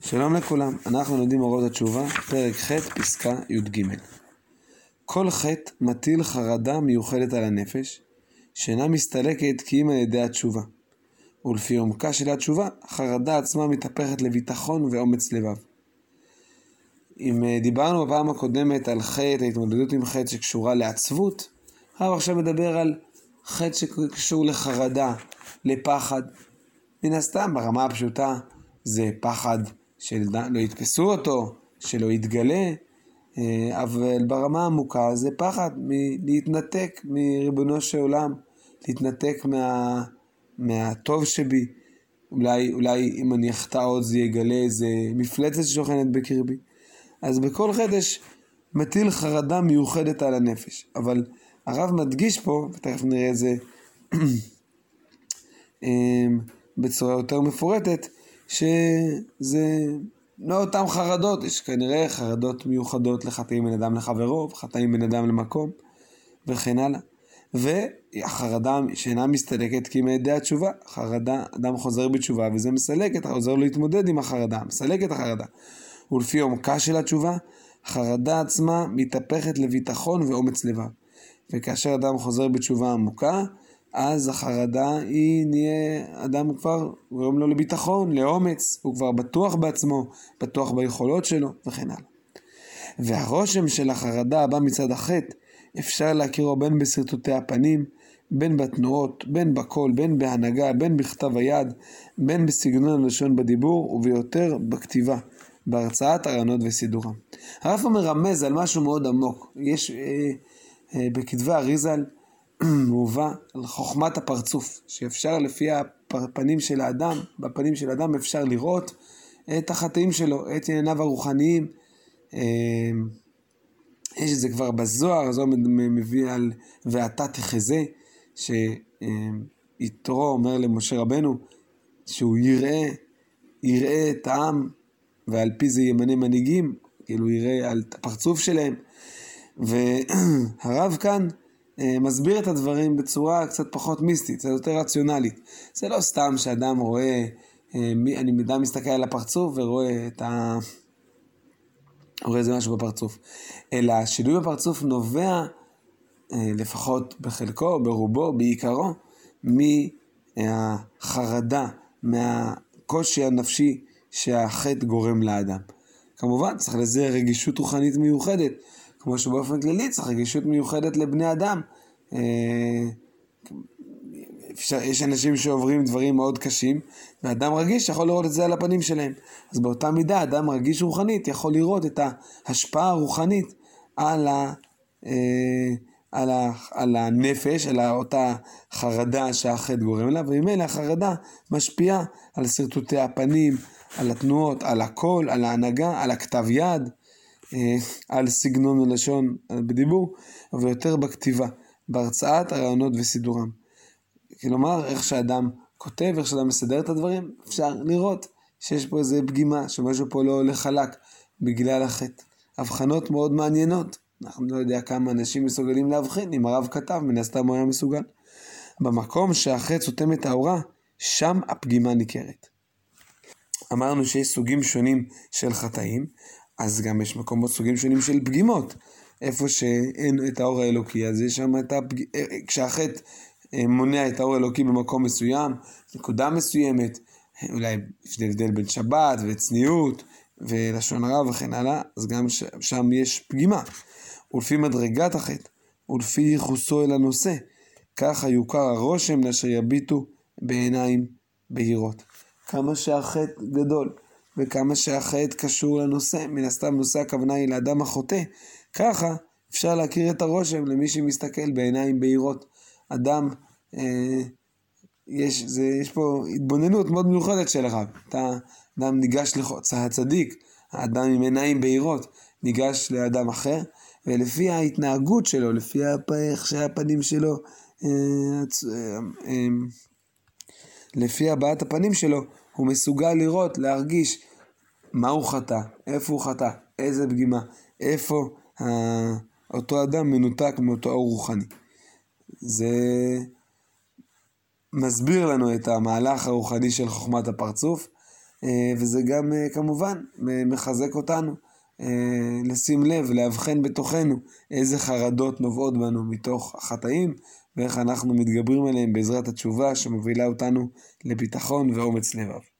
שלום לכולם, אנחנו לומדים אורות התשובה, פרק ח' פסקה י"ג. כל חטא מטיל חרדה מיוחדת על הנפש, שאינה מסתלקת כי אם על ידי התשובה. ולפי עומקה של התשובה, החרדה עצמה מתהפכת לביטחון ואומץ לבב. אם דיברנו בפעם הקודמת על חטא, ההתמודדות עם חטא שקשורה לעצבות, הרב עכשיו מדבר על חטא שקשור לחרדה, לפחד. מן הסתם, ברמה הפשוטה, זה פחד שלא יתפסו אותו, שלא יתגלה, אבל ברמה עמוקה זה פחד להתנתק מריבונו של עולם, להתנתק מהטוב שבי. אולי אם אני אחטא עוד זה יגלה איזה מפלצת ששוכנת בקרבי. אז בכל חטא מטיל חרדה מיוחדת על הנפש. אבל הרב מדגיש פה, ותכף נראה את זה בצורה יותר מפורטת, שזה לא אותם חרדות, יש כנראה חרדות מיוחדות לחטאים בין אדם לחברו, חטאים בין אדם למקום, וכן הלאה. והחרדה שאינה מסתלקת כי מידי התשובה, חרדה, אדם חוזר בתשובה וזה מסלקת, עוזר לו להתמודד עם החרדה, מסלקת החרדה. ולפי עומקה של התשובה, החרדה עצמה מתהפכת לביטחון ואומץ לבב. וכאשר אדם חוזר בתשובה עמוקה, אז החרדה היא נהיה אדם כבר, הוא גורם לו לביטחון, לאומץ, הוא כבר בטוח בעצמו, בטוח ביכולות שלו וכן הלאה. והרושם של החרדה הבא מצד החטא, אפשר להכירו בין בסרטוטי הפנים, בין בתנועות, בין בקול, בין בהנהגה, בין בכתב היד, בין בסגנון הלשון בדיבור וביותר בכתיבה, בהרצאת הרעיונות וסידורם. הרב מרמז על משהו מאוד עמוק. יש בכתבי אריזל מובא על חוכמת הפרצוף, שאפשר לפי הפנים של האדם, בפנים של האדם אפשר לראות את החטאים שלו, את ענייניו הרוחניים. יש את זה כבר בזוהר, זו מביא על ואתה תחזה, שיתרו אומר למשה רבנו, שהוא יראה את העם, ועל פי זה ימנה מנהיגים, כאילו יראה על הפרצוף שלהם. והרב כאן מסביר את הדברים בצורה קצת פחות מיסטית, זה יותר רציונלית. זה לא סתם שאדם רואה, אני אדם מסתכל על הפרצוף ורואה רואה איזה משהו בפרצוף. אלא שינוי בפרצוף נובע, לפחות בחלקו, ברובו, בעיקרו, מהחרדה, מהקושי הנפשי שהחטא גורם לאדם. כמובן, צריך לזה רגישות רוחנית מיוחדת, כמו שבאופן כללי צריך רגישות מיוחדת לבני אדם. יש אנשים שעוברים דברים מאוד קשים, ואדם רגיש יכול לראות את זה על הפנים שלהם. אז באותה מידה, אדם רגיש רוחנית יכול לראות את ההשפעה הרוחנית על הנפש, על אותה חרדה שהחטא גורם לה, וממילא החרדה משפיעה על סרטוטי הפנים, על התנועות, על הקול, על ההנהגה, על הכתב יד, על סגנון הלשון בדיבור, ויותר בכתיבה, בהרצאת הרעיונות וסידורם. כלומר, איך שאדם כותב, איך שאדם מסדר את הדברים, אפשר לראות שיש פה איזה פגימה, שמשהו פה לא הולך חלק בגלל החטא. הבחנות מאוד מעניינות. אנחנו לא יודע כמה אנשים מסוגלים להבחין, אם הרב כתב, מן הסתם הוא היה מסוגל. במקום שהחטא סותם את האורה, שם הפגימה ניכרת. אמרנו שיש סוגים שונים של חטאים, אז גם יש מקומות סוגים שונים של פגימות. איפה שאין את האור האלוקי, אז יש שם כשהחטא מונע את האור האלוקי במקום מסוים, נקודה מסוימת, אולי יש הבדל בין שבת וצניעות ולשון הרע וכן הלאה, אז גם שם יש פגימה. ולפי מדרגת החטא, ולפי ייחוסו אל הנושא, ככה יוכר הרושם אשר יביטו בעיניים בהירות. כמה שהחטא גדול, וכמה שהחטא קשור לנושא, מן הסתם נושא הכוונה היא לאדם החוטא, ככה אפשר להכיר את הרושם למי שמסתכל בעיניים בהירות. אדם, יש פה התבוננות מאוד מיוחדת של הרב. אדם ניגש הצדיק, האדם עם עיניים בהירות, ניגש לאדם אחר, ולפי ההתנהגות שלו, לפי איך שהפנים שלו, לפי הבעת הפנים שלו, הוא מסוגל לראות, להרגיש מה הוא חטא, איפה הוא חטא, איזה פגימה, איפה אותו אדם מנותק מאותו אור רוחני. זה מסביר לנו את המהלך הרוחני של חוכמת הפרצוף, וזה גם כמובן מחזק אותנו לשים לב, להבחן בתוכנו איזה חרדות נובעות בנו מתוך החטאים, ואיך אנחנו מתגברים עליהם בעזרת התשובה שמובילה אותנו לביטחון ואומץ לבב.